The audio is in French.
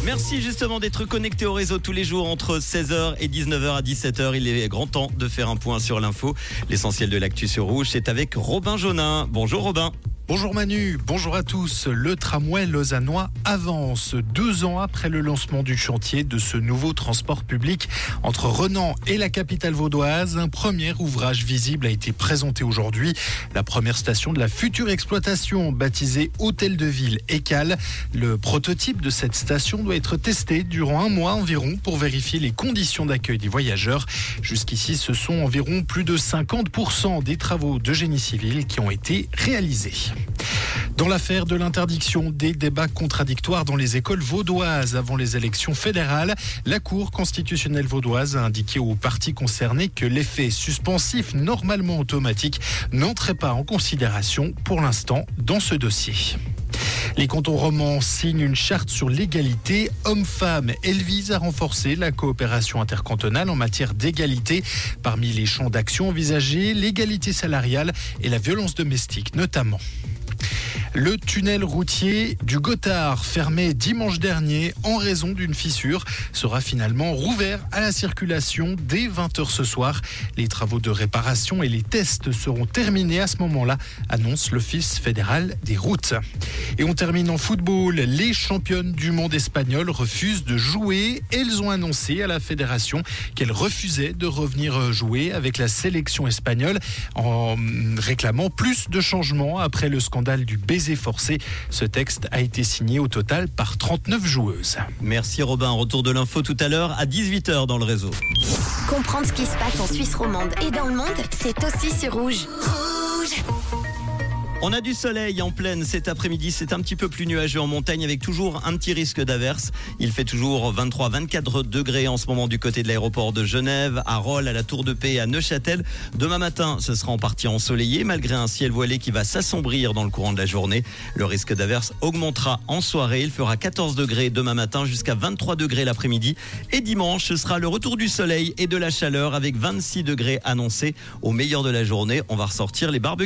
Merci justement d'être connecté au réseau tous les jours entre 16h et 19h à 17h. Il est grand temps de faire un point sur l'info. L'essentiel de l'actu sur Rouge, c'est avec Robin Jaunin. Bonjour Robin. Bonjour Manu, bonjour à tous. Le tramway lausannois avance 2 ans après le lancement du chantier de ce nouveau transport public entre Renan et la capitale vaudoise. Un premier ouvrage visible a été présenté aujourd'hui. La première station de la future exploitation, baptisée Hôtel de Ville Écale. Le prototype de cette station doit être testé durant 1 mois environ pour vérifier les conditions d'accueil des voyageurs. Jusqu'ici, ce sont environ plus de 50% des travaux de génie civil qui ont été réalisés. Dans l'affaire de l'interdiction des débats contradictoires dans les écoles vaudoises avant les élections fédérales, la Cour constitutionnelle vaudoise a indiqué aux parties concernées que l'effet suspensif normalement automatique n'entrait pas en considération pour l'instant dans ce dossier. Les cantons romans signent une charte sur l'égalité hommes-femmes. Elle vise à renforcer la coopération intercantonale en matière d'égalité. Parmi les champs d'action envisagés, l'égalité salariale et la violence domestique notamment. Le tunnel routier du Gothard, fermé dimanche dernier en raison d'une fissure, sera finalement rouvert à la circulation dès 20h ce soir. Les travaux de réparation et les tests seront terminés à ce moment-là, annonce l'Office fédéral des routes. Et on termine en football. Les championnes du monde espagnoles refusent de jouer. Elles ont annoncé à la fédération qu'elles refusaient de revenir jouer avec la sélection espagnole en réclamant plus de changements après le scandale du baiser forcé. Ce texte a été signé au total par 39 joueuses. Merci Robin, retour de l'info tout à l'heure à 18h dans le réseau. Comprendre ce qui se passe en Suisse romande et dans le monde, c'est aussi sur Rouge. Rouge. On a du soleil en pleine cet après-midi, c'est un petit peu plus nuageux en montagne avec toujours un petit risque d'averse. Il fait toujours 23-24 degrés en ce moment du côté de l'aéroport de Genève, à Rolle, à la Tour de Paix et à Neuchâtel. Demain matin, ce sera en partie ensoleillé malgré un ciel voilé qui va s'assombrir dans le courant de la journée. Le risque d'averse augmentera en soirée. Il fera 14 degrés demain matin jusqu'à 23 degrés l'après-midi. Et dimanche, ce sera le retour du soleil et de la chaleur avec 26 degrés annoncés. Au meilleur de la journée, on va ressortir les barbecues.